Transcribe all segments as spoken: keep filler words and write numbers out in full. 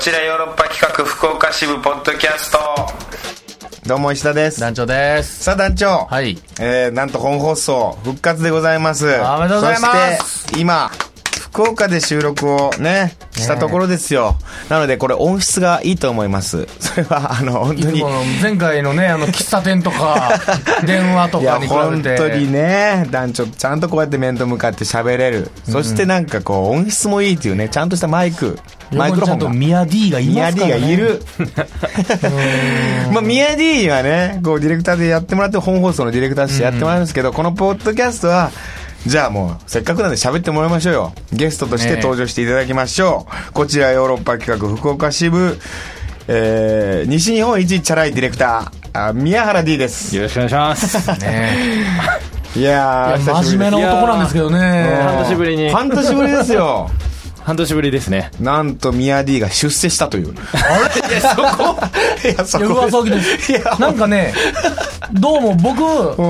ちらヨーロッパ企画福岡支部ポッドキャスト。 どうも石田です。 団長です。 さあ団長、 はい、 えー、なんと本放送復活でございます。 おめでとうございます。 そして今福岡で収録をねしたところですよ、ね、なのでこれ音質がいいと思います。それはあの本当に前回のねあの喫茶店とか電話とかに比べて、いや本当にね団長ちゃんとこうやって面と向かって喋れる、うん、そしてなんかこう音質もいいっていうね、ちゃんとしたマイクマイクロフォンがミヤ D がいますからね。 ミヤ D がいるまあミヤ D はねこうディレクターでやってもらって、本放送のディレクターとしてやってもらうんですけど、うん、このポッドキャストはじゃあもうせっかくなんで喋ってもらいましょうよ。ゲストとして登場していただきましょう、ね、こちらヨーロッパ企画福岡支部、えー、西日本一チャラいディレクターあ宮原 D です。 よろしくお願いしますねいやーいや真面目な男なんですけどね。 半年ぶりに半年ぶりですよ半年ぶりですね。 なんとミヤ D が出世したという。 あれいやそこいやそこいや噂です。いやなんかねどうも僕、うん、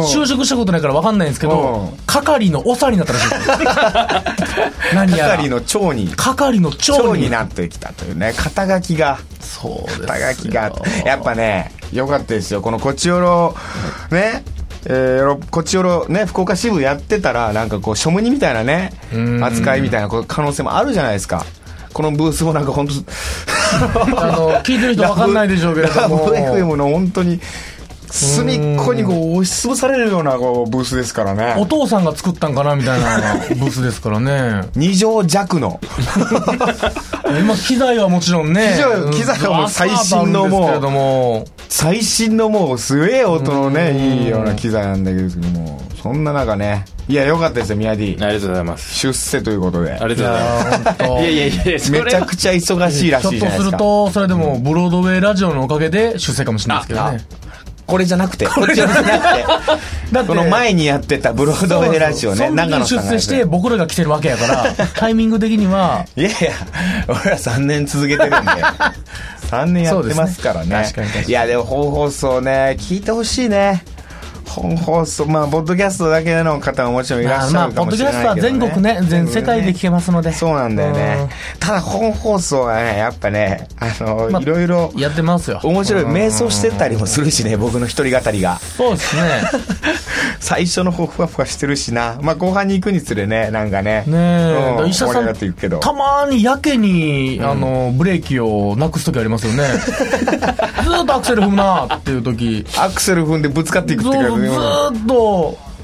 就職したことないから分かんないんですけど、うん、係の長になったらしいです何やら係の長に係の長 に, になってきたというね。肩書きがそうですよ。 肩書きがやっぱね良かったですよ。このこちおろね、えー、こちおろね福岡支部やってたらなんかこう庶務人みたいなね扱いみたいな可能性もあるじゃないですか。このブースもなんか本当あの聞いてる人分かんないでしょうけれどもエフエム の本当に隅っこにこう押しつぶされるようなこうブースですからね。 お父さんが作ったんかなみたいなブースですからねに畳弱の今機材はもちろんね機材はもう最新のもう最新のもうすげえ音のねいいような機材なんだけども、そんな中ねいや良かったですよミヤ D。 ありがとうございます。 出世ということでありがとうございます。いやいやいやめちゃくちゃ忙しいらしいじゃないですか。 ひょっとするとそれでもブロードウェイラジオのおかげで出世かもしれないですけどね。 これじゃなくてこれじゃなくてだってこの前にやってたブロードウェイラジオね、長野さんが出世して僕らが来てるわけやからタイミング的にはいやいや俺らさんねん続けてるんでさんねんやってますから ね, ね確かに確かに。いやでも本放送ね聞いてほしいね。本放送まあポッドキャストだけの方ももちろんいらっしゃるかもしれないけどね、まあ、ポッドキャストは全国ね全世界で聞けますので、 そうなんだよね。ただ本放送はねやっぱねあの、まあ、いろいろやってますよ。 面白い瞑想してたりもするしね、僕の一人語りが。 そうですね最初の方ふわふわしてるしな、まあ後半に行くにつれねなんかねねえ、うん、石田さんっていくけどたまにやけに、うん、あのブレーキをなくす時ありますよねずーっとアクセル踏むなっていう時アクセル踏んでぶつかっていくっていうずーっと、うん、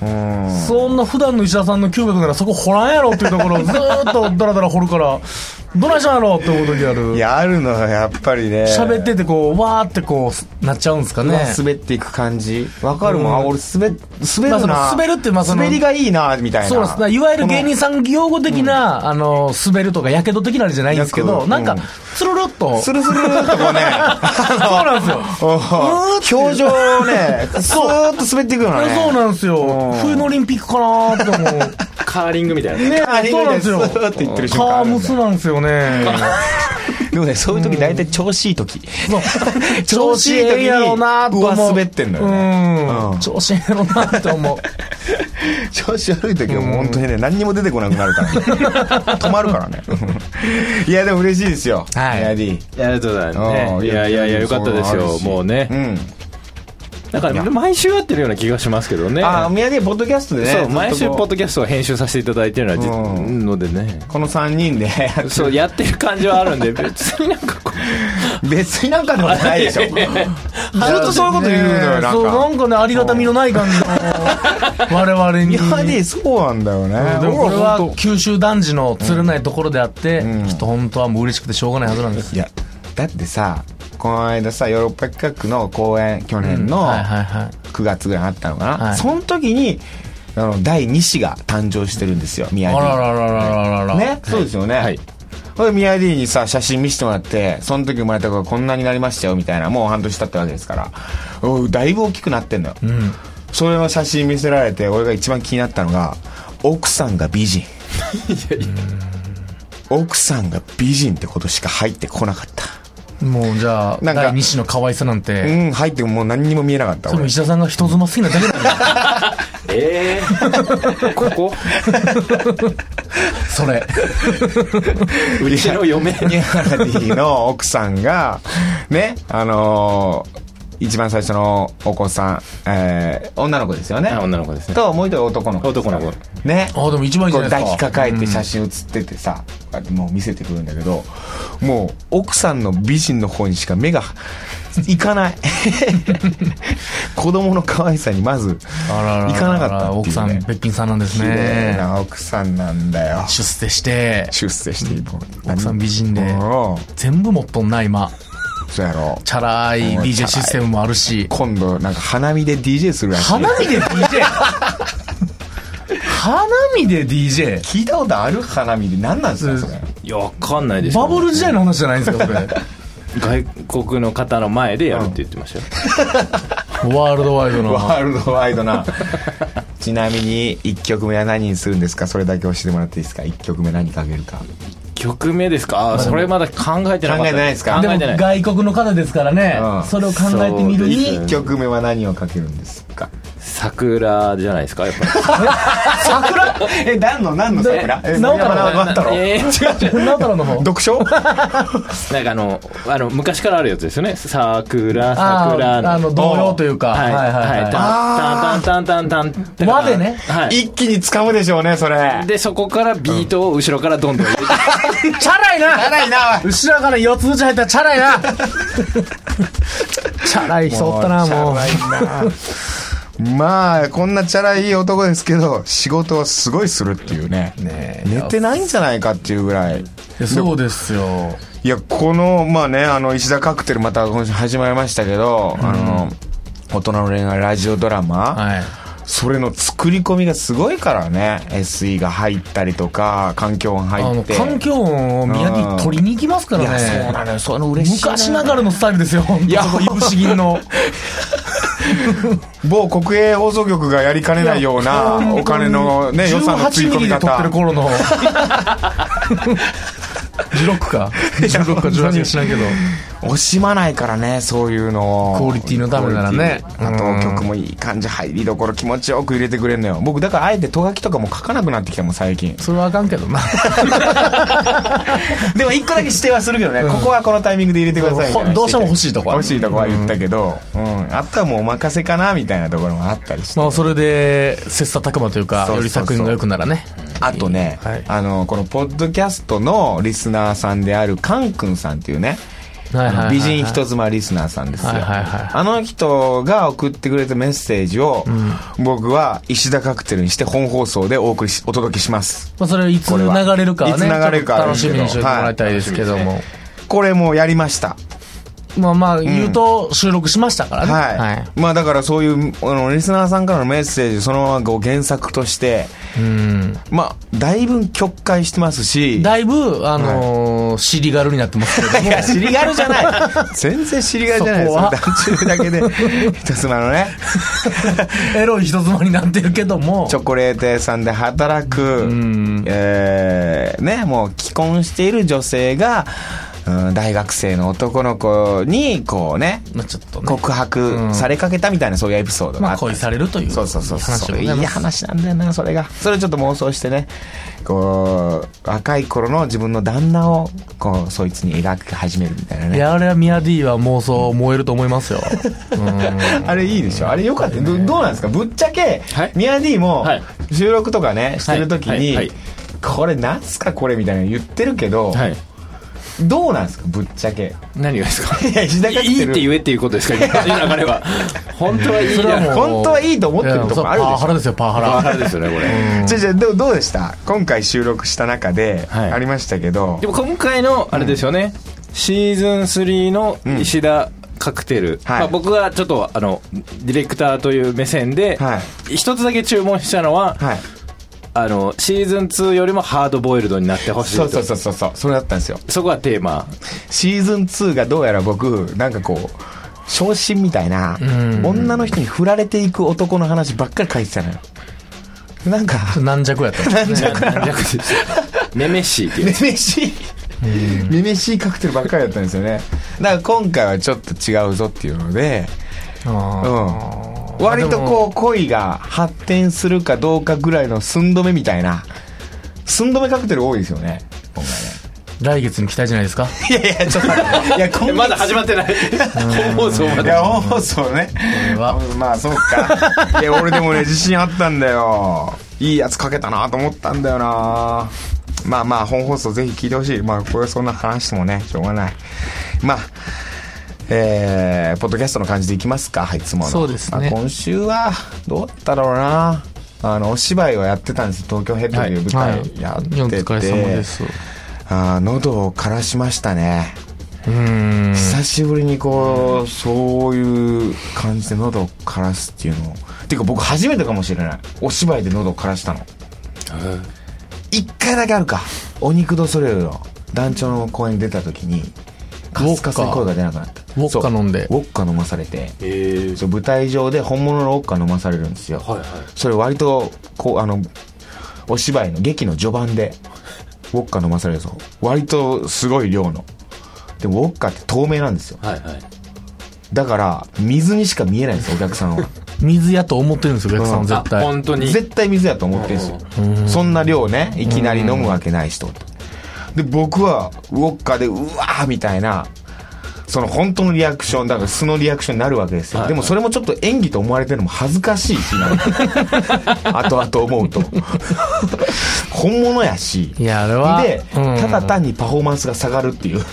そんな普段の石田さんの嗅覚ならそこ掘らんやろっていうところをずーっとダラダラ掘るからどないしたんやろって思う時ある。 いやあるのよやっぱりね。 喋っててこうわーってこうなっちゃうんですかね。 滑っていく感じわかるもん、うん、俺滑滑るな、 まあ、滑るってまあその滑りがいいなみたいな。 そうです。いわゆる芸人さん用語的な、うん、あの滑るとかやけど的なあれじゃないんですけど、うん、なんかつるるっとスルスルっとこうねそうなんですよ表情をねスーッと滑っていくよね。 そうなんですよ。冬のオリンピックかなと思うカーリングみたいなね。カーリングでスーッといってる瞬間カームスなんですよねでもねそういう時大体調子いい時、 うん、調子いい時にやろうなと思う。 上滑ってんだよね、 うんうん、調子いいやろうなって思う調子悪い時はもう本当にね何にも出てこなくなるからね止まるからねいやでも嬉しいですよ、 はい、 ヤディ。 ありがとうございます、ね、いやいやいやよかったですよもうね、うんだから毎週やってるような気がしますけどね。 ああ宮城ポッドキャストでね。 そう毎週ポッドキャストを編集させていただいてるのでね、 このさんにんでそうやってる感じはあるんで別になんかこう別になんかでもないでしょずっとそういうこと言うのよ。なんかそうなんかねありがたみのない感じの我々に。 いやでそうなんだよね、 うん、でもこれは九州男児の釣れないところであって、うん、きっと本当はもう嬉しくてしょうがないはずなんです。 いやだってさこの間さヨーロッパ企画の公演去年のくがつぐらいあったのかな、うんはいはいはい、その時にあのだいに子が誕生してるんですよ宮城。 あららららららね、はい、そうですよね、はい、宮城にさ写真見せてもらってその時生まれた子がこんなになりましたよみたいな、もう半年経ったわけですからだいぶ大きくなってんのよ、うん、それの写真見せられて俺が一番気になったのが奥さんが美人奥さんが美人ってことしか入ってこなかった。 もうじゃあだいに子の可愛さなんてうん入ってももう何にも見えなかった。 それも石田さんが人妻好きなだけだねえー、ここそれうちの嫁ニハラディの奥さんがね、あのー一番最初のお子さん、えー、女の子ですよね。 女の子ですね。 ともう一人男の子。 男の子。 ね。 あ、でも一番いいじゃないですか。 抱きかかえて写真写っててさ、うん、もう見せてくるんだけど、もう奥さんの美人の方にしか目がいかない。子供の可愛さにまずいかなかったっていう、ね。 奥さんべっぴんさんなんですね。綺麗な奥さんなんだよ。 出世して、 出世して、うん、 奥さん美人で、全部持っとんな今。 そうやろ。 チャラい ディージェー システムもあるし、 今度なんか花見で ディージェー するらしい。 花見で ディージェー 花見で ディージェー聞いたことある？花見で何なんですかそれ。 いや、わかんないです、 ね、バブル時代の話じゃないんですかそれ。 外国の方の前でやるって言ってましたよ。 ワールドワイドのワールドワイドな。ちなみにいっきょくめは何にするんですか？それだけ教えてもらっていいですか？いっきょくめ何かけるか。 曲名ですか？あ、それまだ考えてなかった。 考えてないですか？ でも外国の方ですからね、うん、それを考えてみるにいっきょくめは何をかけるんですか？ 桜じゃないですかやっぱり。 桜？ え、何の何の桜？ え、直太朗直太朗？ えー、違う違う、直太朗の方。 読書？ なんかあのあの昔からあるやつですよね。桜桜のあの童謡というか、 はいはいはい。タンタンタンタンタンタン。 和でね、 はい、一気に掴むでしょうねそれ。 でそこからビートを後ろからどんどん入れて。 チャラいな。 チャラいな。 後ろから四つ打ち入ったらチャラいな。チャラい人おったなもう。 チャラいな。まあこんなチャラい男ですけど仕事をすごいするっていうね。ね寝てないんじゃないかっていうぐらい。 そうですよ。 いやこのまあねあの石田カクテルまた今週始まりましたけど、うん、あの大人の恋愛ラジオドラマ、はい、それの作り込みがすごいからね。 エスイー が入ったりとか環境音入って、 あの環境音を宮城取りに行きますからね。 いやそうなのよ。その嬉しい昔ながらのスタイルですよ。いやいぶし銀の某国営放送局がやりかねないようなお金のね予算のつぎ込み方。じゅうはちミリで撮ってる頃のじゅうろくかじゅうろくかじゅうはちか知らんけど惜しまないからねそういうのクオリティのためならね。 あと曲もいい感じ入りどころ気持ちよく入れてくれるのよ。僕だからあえてト書きとかも書かなくなってきたもん最近。 それはあかんけどな。 でも一個だけ指定はするけどね、うん、ここはこのタイミングで入れてくださいみたいな。 どうしても欲しいとこは欲しいとこは言ったけど、うんうん、あとはもうお任せかなみたいなところもあったりして、 まあ、それで切磋琢磨というかそうそうそうより作品が良くならね。 あとね、はい、あのこのポッドキャストのリスナーさんであるカン君さんっていうね、はいはいはいはい、美人人妻リスナーさんですよ、はいはいはい、あの人が送ってくれたメッセージを、うん、僕は石田カクテルにして本放送でお送りしお届けします、 まあ、それいつ流れるかはねいつ流れるか楽しみにしてもらいたいですけども、はい、 これもやりました。 まあまあ言うと収録しましたからね、うんはいはい、まあだからそういうあのリスナーさんからのメッセージそのままこう原作としてうんまあだいぶ曲解してますしだいぶあのーはい、尻軽になってますけども。 いや尻軽じゃない全然尻軽じゃないですよ。団中だけで人妻のねエロい人妻になってるけどもチョコレート屋さんで働くうん、えー、ねもう既婚している女性がうん、大学生の男の子にこうね、まあ、ちょっとね告白されかけたみたいな、うん、そういうエピソードがあった、 まあ、恋されるというそうそうそうそう、いい話なんだよなそれが。それちょっと妄想してねこう若い頃の自分の旦那をこうそいつに描き始めるみたいなね。 いやあれはミヤ D は妄想燃えると思いますよ。 うんあれいいでしょ。あれよかった。 ど, どうなんですかぶっちゃけ、はい、ミヤ D も収録とかねしてる時に、はいはいはい、これなんすかこれみたいな言ってるけど、はいどうなんですかぶっちゃけ。 何がですか。 いや石田カクテルいいって言えっていうことですか今の流れは。本当はいい。 それはもう本当はいいと思ってるところあるでしょ。 パワハラですよパワハラ。 パワハラですよねこれ。 じゃじゃどどうでした今回収録した中で、はい、ありましたけど。 でも今回のあれですよね、うん、シーズンスリーの石田カクテル、うんまあ、僕がちょっとあのディレクターという目線で、はい、一つだけ注文したのは、はいあのシーズンツーよりもハードボイルドになってほしいと。 そうそうそうそうそれだったんですよ。 そこはテーマ。 シーズンツーがどうやら僕なんかこう昇進みたいな女の人に振られていく男の話ばっかり書いてたのよ。なんか軟弱やった軟弱軟弱ですめめしいっていうめめしいめめしいカクテルばっかりだったんですよね。だから今回はちょっと違うぞっていうのであ、うん割とこう恋が発展するかどうかぐらいの寸止めみたいな寸止めカクテル多いですよね今回ね。 来月に期待じゃないですか。 いやいやちょっと待っていや今まだ始まってない本放送まで。 いや本放送ねまあそうかいや俺でもね自信あったんだよ。いいやつかけたなと思ったんだよな。まあまあ本放送ぜひ聞いてほしい。まあこれそんな話してもねしょうがない。まあえー、ポッドキャストの感じでいきますか。いつもの。 そうですね。 今週はどうだったろうな。あのお芝居をやってたんです。東京ヘッドという舞台やってて、はいはい、お疲れ様です。あ喉を枯らしましたね。うーん久しぶりにこうそういう感じで喉を枯らすっていうのをっていうか僕初めてかもしれない。お芝居で喉を枯らしたの一回だけあるか。お肉ドソレイユの団長の公演に出た時にカスカスに声が出なくなった。 ウォッカ飲んでウォッカ飲まされて、えー、そう舞台上で本物のウォッカ飲まされるんですよ、はいはい、それ割とこうあのお芝居の劇の序盤でウォッカ飲まされるぞ。割とすごい量の。でもウォッカって透明なんですよ、はいはい、だから水にしか見えないんですよお客さんは水やと思ってるんですよお客さんは絶対、 うん、本当に絶対水やと思ってるんですよ。そんな量ねいきなり飲むわけない人で僕はウォッカでうわーみたいなその本当のリアクションだから素のリアクションになるわけですよ、はいはい、でもそれもちょっと演技と思われてるのも恥ずかしいしな後々思うと本物やしいやあれはで、うん、ただ単にパフォーマンスが下がるっていう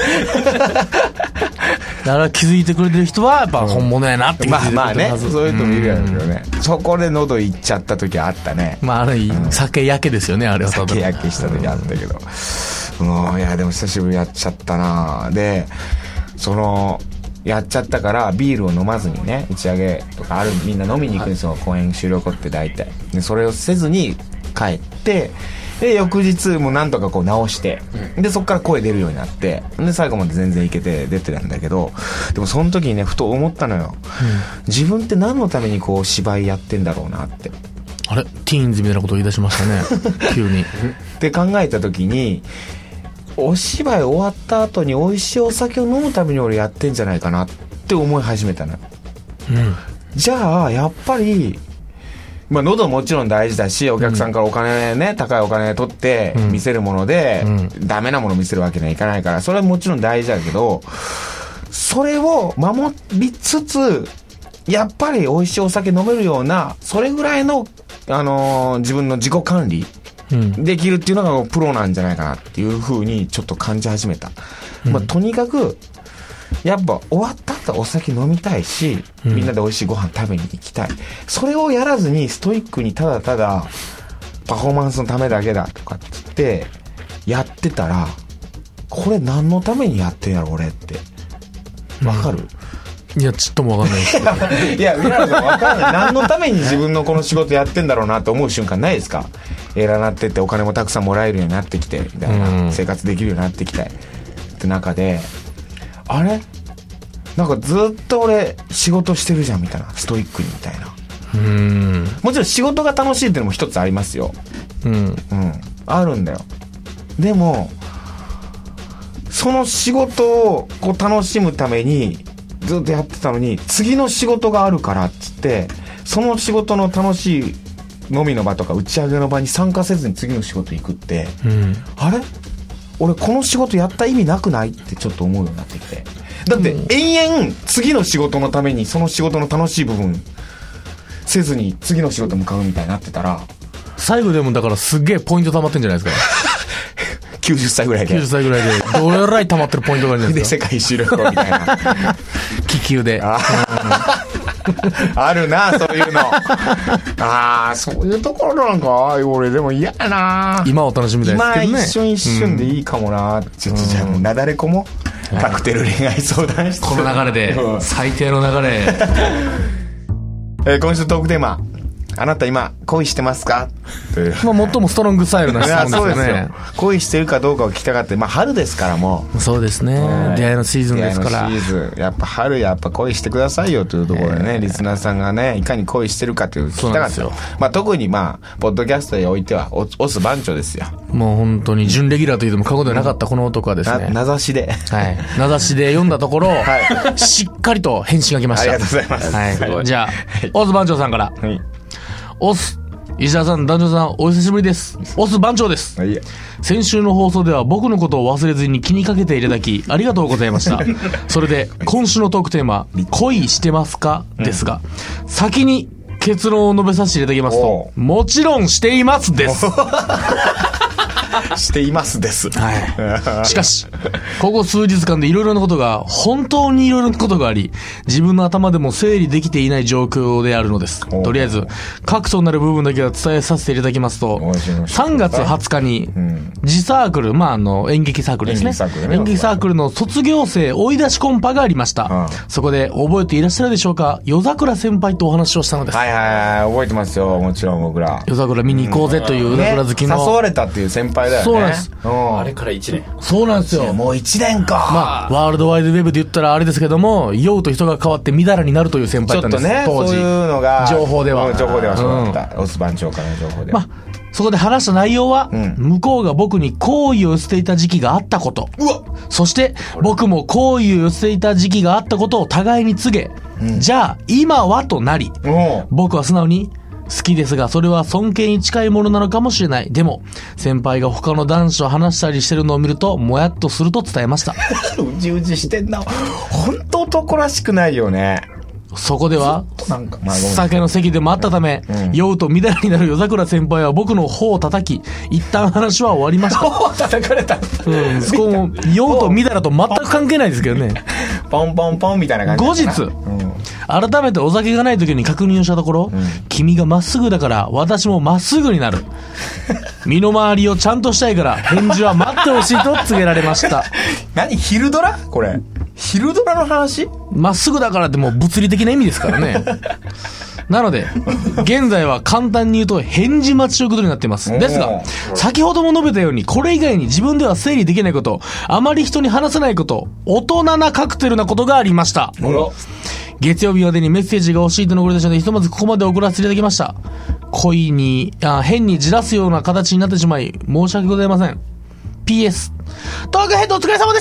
だから気づいてくれてる人はやっぱ本物やなって気づいてくれてるはず、 まあまあねそういう人もいるやろうけどね、うん、そこで喉いっちゃった時あったね。 まああれ、うん、酒焼けですよねあれは。 酒焼けした時あったけど、うん、いやでも久しぶりやっちゃったな。でそのやっちゃったからビールを飲まずにね打ち上げとかあるみんな飲みに行くんですよ、はい、公演終了後って大体でそれをせずに帰ってで翌日もなんとかこう直してでそっから声出るようになってで最後まで全然いけて出てたんだけどでもその時にねふと思ったのよ、うん、自分って何のためにこう芝居やってんだろうなって。 あれティーンズみたいなことを言い出しましたね急にって考えた時にお芝居終わった後に美味しいお酒を飲むために俺やってんじゃないかなって思い始めたの、うん、じゃあやっぱりまあ喉もちろん大事だしお客さんからお金ね、うん、高いお金取って見せるもので、うん、ダメなもの見せるわけにはいかないからそれはもちろん大事だけどそれを守りつつやっぱり美味しいお酒飲めるようなそれぐらいの、あのー、自分の自己管理できるっていうのがプロなんじゃないかなっていう風にちょっと感じ始めた、うんまあ、とにかくやっぱ終わった後お酒飲みたいしみんなで美味しいご飯食べに行きたい、うん、それをやらずにストイックにただただパフォーマンスのためだけだとかって言ってやってたらこれ何のためにやってんやろ俺ってわかる、 うん、いやちょっとも分かんないですけどいや皆さん分かんない何のために自分のこの仕事やってんだろうなと思う瞬間ないですか。偉なってってお金もたくさんもらえるようになってきてみたいな、うん、生活できるようになってきたいって中であれなんかずっと俺仕事してるじゃんみたいなストイックにみたいな。うーんもちろん仕事が楽しいっていうのも一つありますよ、うんうん、あるんだよ。でもその仕事をこう楽しむためにずっとやってたのに次の仕事があるからっつってその仕事の楽しい飲みの場とか打ち上げの場に参加せずに次の仕事行くって、うん、あれ俺この仕事やった意味なくないってちょっと思うようになってきてだって延々次の仕事のためにその仕事の楽しい部分せずに次の仕事向かうみたいになってたら最後でもだからすっげえポイント溜まってんじゃないですかきゅうじゅっさいぐらいできゅうじゅっさいぐらいでどれぐらい溜まってるポイントがあるんですかで世界一周旅行みたいな気球でああるなそういうのああそういうところなんか俺でも嫌やな今お楽しみですけどね今一瞬一瞬でいいかもな、うん、ちょっとじゃあもうなだれこも、うん、カクテル恋愛相談室この流れで、うん、最低の流れ、 えー、今週トークテーマあなた今恋してますかというまあ最もストロングスタイルな質問ですよね。そうですよ。 恋してるかどうかを聞きたかった。まあ春ですからもう。そうですね、はい、出会いのシーズンですから。 出会いのシーズンやっぱ春やっぱ恋してくださいよというところでね、リスナーさんがねいかに恋してるかという聞きたかったよ。まあ特にまあポッドキャストにおいてはオス番長ですよ。 もう本当に準レギュラーと言っても過言ではなかったこの男はですね、 名指しで、 はい、名指しで読んだところ、はい、しっかりと返信が来ました。 ありがとうございます。 はい、じゃあ、オス番長さんから、はい、オス石田さん、団長さん、お久しぶりです。オス番長です。はい、先週の放送では僕のことを忘れずに気にかけていただきありがとうございました。それで今週のトークテーマ、恋してますかですが、うん、先に結論を述べさせていただきますと、もちろんしていますですしていますです、 はい、しかしここ数日間でいろいろなことが本当にいろいろなことがあり、自分の頭でも整理できていない状況であるのです。とりあえず核となる部分だけは伝えさせていただきますと、さんがつはつかに自サークル、まあ、あの演劇サークルですね、演劇サークルの卒業生追い出しコンパがありました、うん、そこで覚えていらっしゃるでしょうか、夜桜先輩とお話をしたのです。 はいはいはい、覚えてますよ、もちろん僕ら夜桜見に行こうぜという夜桜好きの、 ね、誘われたっていう先輩だよね。 そうなんです。 あれからいちねん。 そうなんですよ。 もういちねんか。 まあワールドワイドウェブで言ったらあれですけども、酔うと人が変わってみだらになるという先輩だったんです。 ちょっとね、当時そういうのが情報では情報ではそうだった、うん、オス番長からの情報では、まあ、 そこで話した内容は、うん、向こうが僕に好意を寄せていた時期があったこと、うわ、そして僕も好意を寄せていた時期があったことを互いに告げ、うん、じゃあ今はとなり、僕は素直に好きですが、それは尊敬に近いものなのかもしれない。でも、先輩が他の男子と話したりしてるのを見ると、もやっとすると伝えました。 うじうじしてんな。本当男らしくないよね。 そこでは、酒の席でもあったため、うん、酔うとみだらになる夜桜先輩は僕の頬を叩き、一旦話は終わりました。 頬を叩かれた。 うん、そこも、酔うとみだらと全く関係ないですけどね。 ポンポンポンみたいな感じ。 後日、うん、改めてお酒がない時に確認をしたところ、うん、君がまっすぐだから私もまっすぐになる。身の回りをちゃんとしたいから返事は待ってほしいと告げられました。 何、昼ドラこれ。昼ドラの話？ まっすぐだからってもう物理的な意味ですからね。なので、現在は簡単に言うと返事待ちということになっています。ですが、先ほども述べたように、これ以外に自分では整理できないこと、あまり人に話せないこと、大人なカクテルなことがありました。月曜日までにメッセージが欲しいとのことでしたので、ひとまずここまで送らせていただきました。恋に、あ、変にじらすような形になってしまい、申し訳ございません。ピーエス トークヘッドお疲れ様でした。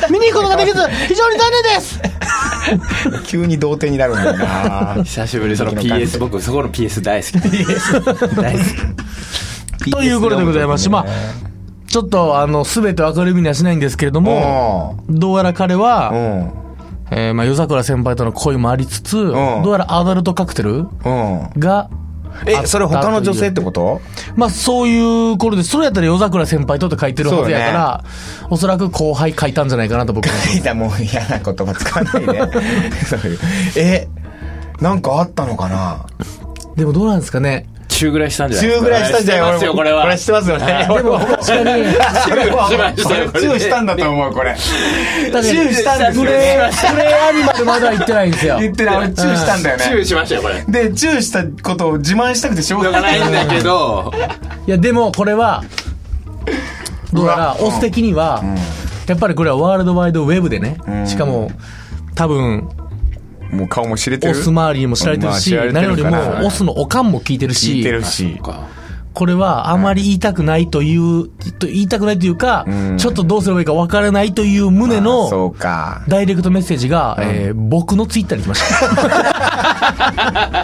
見に行くことができず非常に残念です。急に童貞になるんだよな。 久しぶりその ピーエス、僕そこの ピーエス 大好き。ピーエス 大好き。ということでございまして、まあちょっとあの全て明るみにはしないんですけれども、どうやら彼は、えー、まあ夜桜先輩との恋もありつつ、どうやらアダルトカクテルがえ、それ他の女性ってこと？ まあそういうことで、それやったら夜桜先輩とって書いてるはずやから、ね、おそらく後輩書いたんじゃないかなと僕は。 書いた、もう嫌な言葉使わないで。そういう。え、なんかあったのかな？ でもどうなんですかね。 中ぐらいしたんじゃないですか。 中ぐらいしたんじゃないですか。これは。 これ知ってますよね。 でも確かに。 中したんだと思う、これ。 中したんですよね。プレイアニマルまでは言ってないんですよ。 言ってない。俺中したんだよね。 中しましたよ、これ。 で、中したことを自慢したくてしょうがないんだけど。 いや、でもこれは、どうやら、オス的には、やっぱりこれはワールドワイドウェブでね、しかも、多分、 もう顔も知れてる。 オス周りにも知られてるし、何よりもオスのおかんも聞いてるし、 聞いてるし、 これはあまり言いたくないという、と言いたくないというか、うん、ちょっとどうすればいいか分からないという旨のそうかダイレクトメッセージが、うんえー、僕のツイッターに来ました。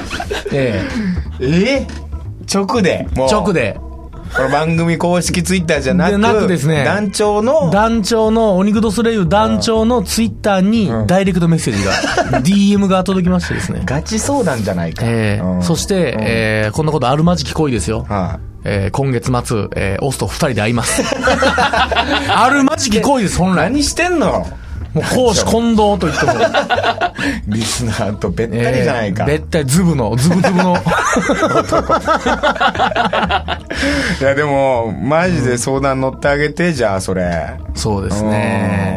えー、えー、直でもう直で。 この番組公式ツイッターじゃなく、 なくですね、 団長の団長のお肉ドスレイユ団長のツイッターにダイレクトメッセージが、うん、ディーエム が届きましてですね、 ガチ相談じゃないか、 えーうん、そして、うんえー、こんなことあるまじき恋ですよ、はあえー、今月末、えー、オスと二人で会います。あるまじき恋です。本来何してんの？ もう公私混同と言ってもリスナーとべったりじゃないか、 えー、べったりズブのズブズブのいやでもマジで相談乗ってあげて、うん、じゃあそれそうですね。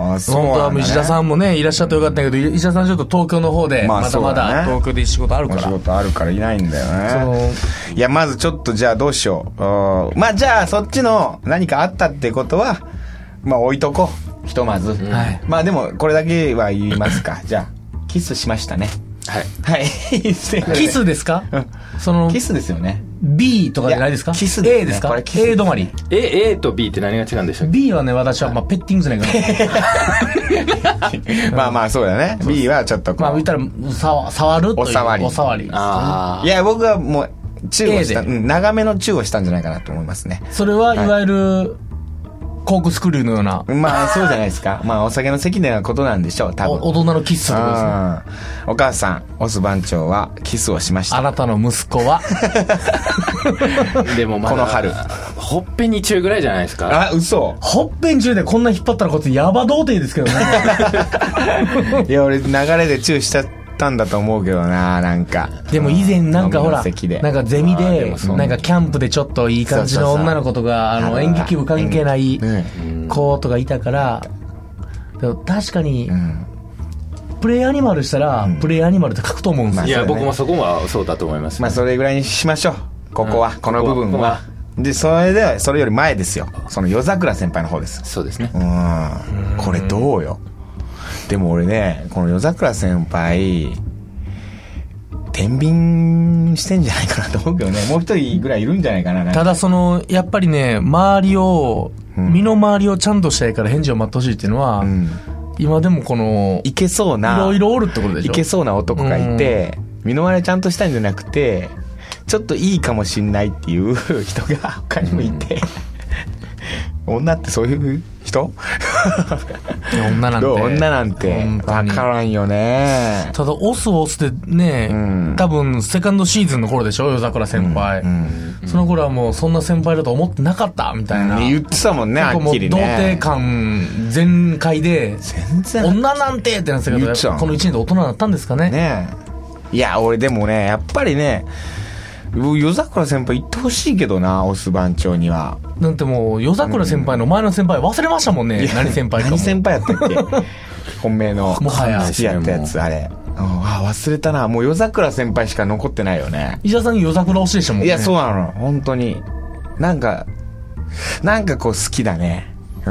ああ、そうなんだね。 本当は石田さんもね、いらっしゃってよかったけど、石田さんちょっと東京の方で、まだまだ東京で仕事あるから。 仕事あるからいないんだよね。いや、まずちょっとじゃあどうしよう。まあじゃあそっちの何かあったってことは、まあ置いとこう。ひとまず。はい、まあでもこれだけは言いますか。じゃあ、キスしましたね。はい。はい。 キスですか？うん。その、 キスですよね。 B とかじゃないですか？キスですね。A ですか？これ A 止まり。 A、A と B って何が違うんでしょう？ B はね、私はまあペッティングじゃないかな。 まあまあそうだね。B はちょっとこう。 まあ言ったら、さ触るという。お触り。お触り。 ああ。いや、僕はもう、チューをした、うん、長めのチューをしたんじゃないかなと思いますね。 それはいわゆる、コークスクリューのような。 まあそうじゃないですか。まあお酒の席でのことなんでしょう、多分。 大人のキスってことですね。 お母さん、オス番長はキスをしました。 あなたの息子はでもまだこの春ほっぺにチューぐらいじゃないですか。 あ、嘘。 ほっぺにチューでこんな引っ張ったらこいつヤバ童貞ですけどね。 いや俺流れでチューしちゃったんだと思うけどな、なんか。 でも以前なんかほら、なんかゼミでなんかキャンプでちょっといい感じの女の子とか、あの演劇部関係ない子とかいたから、でも確かにプレイアニマルしたらプレイアニマルって書くと思うんですよ。 いや僕もそこはそうだと思います。 まあそれぐらいにしましょう。ここはこの部分は。でそれでそれより前ですよ。その夜桜先輩の方です。 そうですね。 うん。これどうよ。でも俺ね、この夜桜先輩天秤してんじゃないかなと思うけどね。もう一人ぐらいいるんじゃないかな。 ただそのやっぱりね、周りを、うん、身の回りをちゃんとしたいから返事を待ってほしいっていうのは、うん、今でもこのいけそうないろいろおるってことでしょ。 いけそうな男がいて、うん、身の回りをちゃんとしたいんじゃなくて、ちょっといいかもしんないっていう人が他にもいて、うん、女ってそういう人女なんて女なんて分からんよね。 ただオスオスでね、うん、多分セカンドシーズンの頃でしょ、夜桜先輩、うんうん、その頃はもうそんな先輩だと思ってなかったみたいな、うん、 言ってたもんね。はっきりね。 童貞感全開で全然女なんてってなってたけど、このいちねんで大人になったんですかね。 ねえ。いや俺でもね、やっぱりね、夜桜先輩行ってほしいけどな、オス番長には。 なんてもう夜桜先輩の前の先輩忘れましたもんね、うん、何先輩かも。 何先輩やったっけ本命の好きやったやつ、あれ。ああ忘れたな。もう夜桜先輩しか残ってないよね。 石田さん夜桜推しでしたもんね。 いやそうなの、本当に。なんかなんかこう好きだね。うん、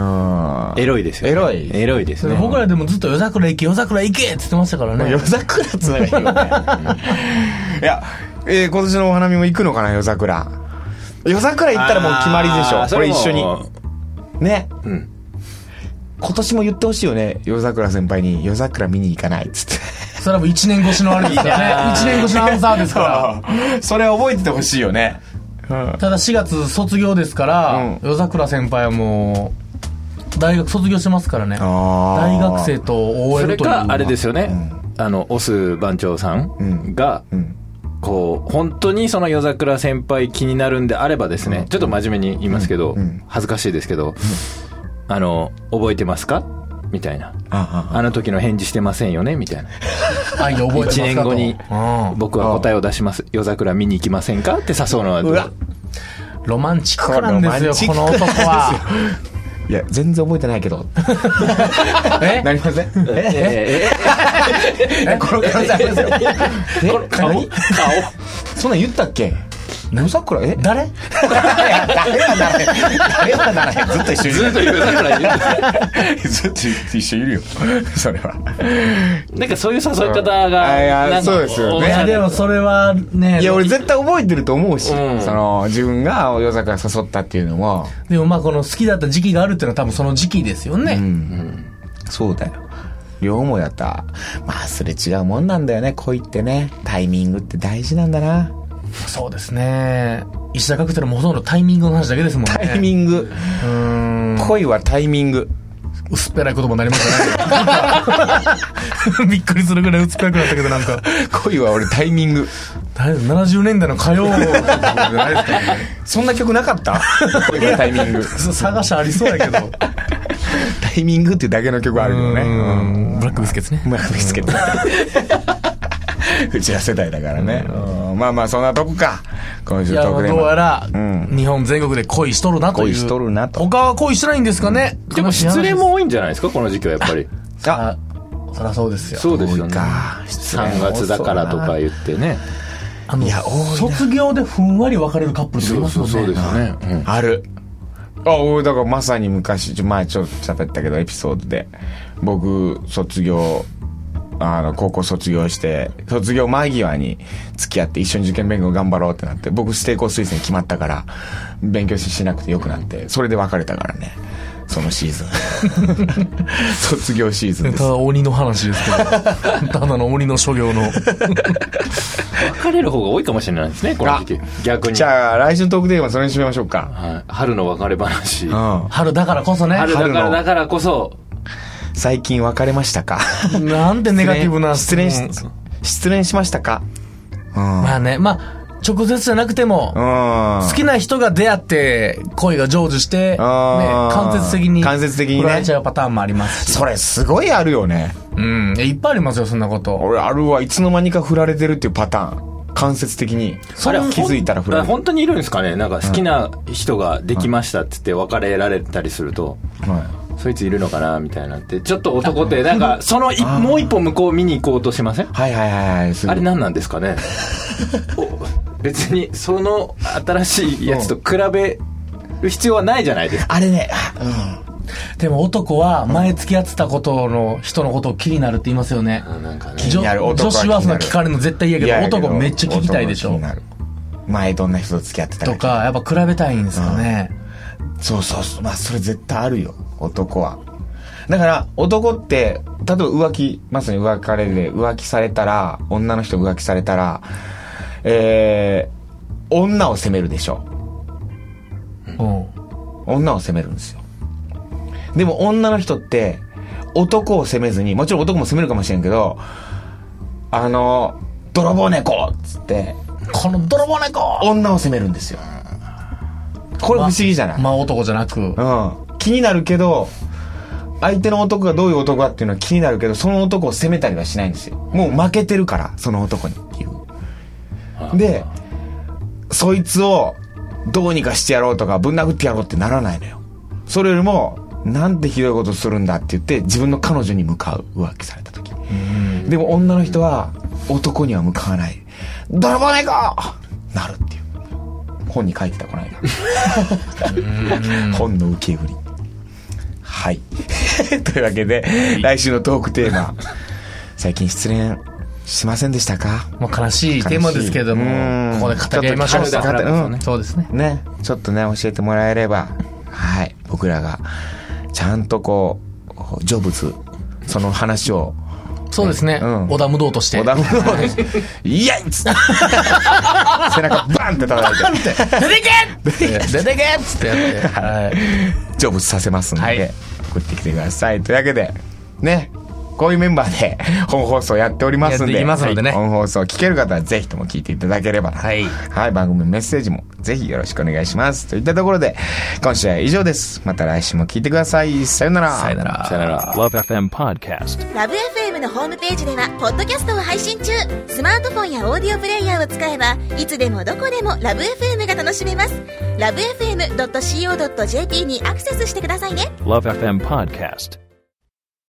エロいですよね。 エロいエロいですね。 僕らでもずっと夜桜行け夜桜行けって言ってましたからね。 夜桜っつうのがいいよね。いや、えー、今年のお花見も行くのかな、夜桜。夜桜行ったらもう決まりでしょ、これ一緒にね、うん、今年も言ってほしいよね、夜桜先輩に夜桜見に行かないっつって。 それはもういちねん越しのあれですからね。いちねん越しのアンサーですからそれ覚えててほしいよね、 うん、ただしがつ卒業ですから、うん、夜桜先輩はもう大学卒業してますからね。大学生と オーエル という。 それかあれですよね、うん、あのオス番長さんが、うんうん、こう本当にその夜桜先輩気になるんであればですね、うん、ちょっと真面目に言いますけど、うん、恥ずかしいですけど、うん、あの覚えてますかみたいな、あ, あ, あの時の返事してませんよねみたいな。 あ、覚えてますかと。いちねんごに僕は答えを出します、夜桜見に行きませんかって誘うのはどう。うわ、 ロマンチックなんですよこの男はいや全然覚えてないけどえなりません。ええええこの可能性ありますよ。え顔顔そんなん言ったっけ。夜桜え誰誰はならへん誰はならへんずっと一緒にずっと夜桜言ってずっと一緒にいるよそれは。 なんかそういう誘い方が、 あ、いやそうですよね。 でもそれはね、 いや俺絶対覚えてると思うし、うん、その自分が夜桜誘ったっていうのも。 でもまあこの好きだった時期があるっていうのは多分その時期ですよね、うんうん、 そうだよ。両思いだった。まあすれ違うもんなんだよね、恋ってね。タイミングって大事なんだな。 そうですね。石田カクテルもほとんどタイミングの話だけですもんね。 タイミング。うーん。恋はタイミング。 薄っぺらい言葉になりましたね。びっくりするぐらい薄っぺらくなったけど、なんか恋は俺タイミング。 ななじゅうねんだいの歌謡曲じゃないですかね。 そんな曲なかった？恋はタイミング。 探しありそうやけど。 タイミングっていうだけの曲あるよね。 うん、ブラックビスケッツね。 ブラックビスケッツ。 うちら世代だからね、うん、まあまあそんなとこか今週トークテーマ。 どうやら、うん、日本全国で恋しとるなという。 恋しとるなと。 他は恋してないんですかね、 うん、でも失恋も多いんじゃないですかこの時期はやっぱり。 あそりゃそうですよ。 そうですよね。さんがつだからとか言ってね。 あのいや卒業でふんわり別れるカップルっていますよね。 そうそうですよね、うん、 ある。あ俺だからまさに昔前ちょっと喋ったけどエピソードで僕卒業あの高校卒業して卒業間際に付き合って一緒に受験勉強頑張ろうってなって僕指定校推薦決まったから勉強しなくてよくなってそれで別れたからねそのシーズン卒業シーズンです。 ただ鬼の話ですけどただの鬼の所業の別れる方が多いかもしれないですねこの時期逆に。 じゃあ来週のトークテーマそれにしましょうか、 はい、春の別れ話、うん、 春だからこそね。 春だからだからこそ最近別れましたかなんてネガティブな失恋し失恋しましたか、 うん、まあねまあ直接じゃなくても、好きな人が出会って恋が成就して、ね、間接的に間接的にね振られちゃうパターンもありますし。 それすごいあるよね。 うんいっぱいありますよそんなこと。 俺あるわいつの間にか振られてるっていうパターン間接的にそれは気づいたら振られる。 本当にいるんですかね。なんか好きな人ができましたって言って別れられたりすると、はい、そいついるのかなみたいなってちょっと男ってなんかそのもう一歩向こう見に行こうとしません？ はいはいはいはい。 あれ何なんですかね別にその新しいやつと比べる必要はないじゃないですか。 あれね、うん、でも男は前付き合ってたことの人のことを気になるって言いますよね。 うん、なんかね女, 女子はそんな聞かれるの絶対嫌やけど男めっちゃ聞きたいでしょ。 前どんな人と付き合ってたかとかやっぱ比べたいんですかね、 うん、そうそうそうまあそれ絶対あるよ男は。だから男って例えば浮気まさに浮れで浮気されたら女の人浮気されたらえー、女を責めるでしょ、うん、女を責めるんですよ。でも女の人って男を責めずにもちろん男も責めるかもしれんけどあの泥棒猫っつってこの泥棒猫女を責めるんですよ。これ不思議じゃない、 ま、まあ男じゃなく、うん、 気になるけど相手の男がどういう男かっていうのは気になるけどその男を責めたりはしないんですよ。もう負けてるからその男にっていうでそいつをどうにかしてやろうとかぶん殴ってやろうってならないのよ。それよりもなんてひどいことするんだって言って自分の彼女に向かう浮気された時。でも女の人は男には向かわない泥棒猫なるっていう本に書いてたこの間本の受け売り。はいというわけで来週のトークテーマ最近失恋しませんでしたか。 もう悲しいテーマですけれどもここで語り合いましょう。 ちょっとうん、 そうですね。 ねちょっとね教えてもらえればはい僕らがちゃんとこう成仏その話をそうですね、うん、織田無道として織田無道としてイエイっつって背中バンって叩いてバンって出てけ出てけっつってやって、はい、 成仏させますんで、はい、送ってきてください。というわけでねこういうメンバーで本放送やっておりますんで、 やっていきますのでね、 はい、本放送聞ける方はぜひとも聞いていただければはい、はい、番組メッセージもぜひよろしくお願いしますといったところで今週は以上です。また来週も聞いてください。さよなら。 さよなら。 さよなら。 ラブ エフエム Podcast。 ラブ エフエム のホームページではポッドキャストを配信中。スマートフォンやオーディオプレイヤーを使えばいつでもどこでもラブ エフエム が楽しめます。ラブ エフエムドットシーオードットジェーピー にアクセスしてくださいね。 ラブ エフエム Podcast。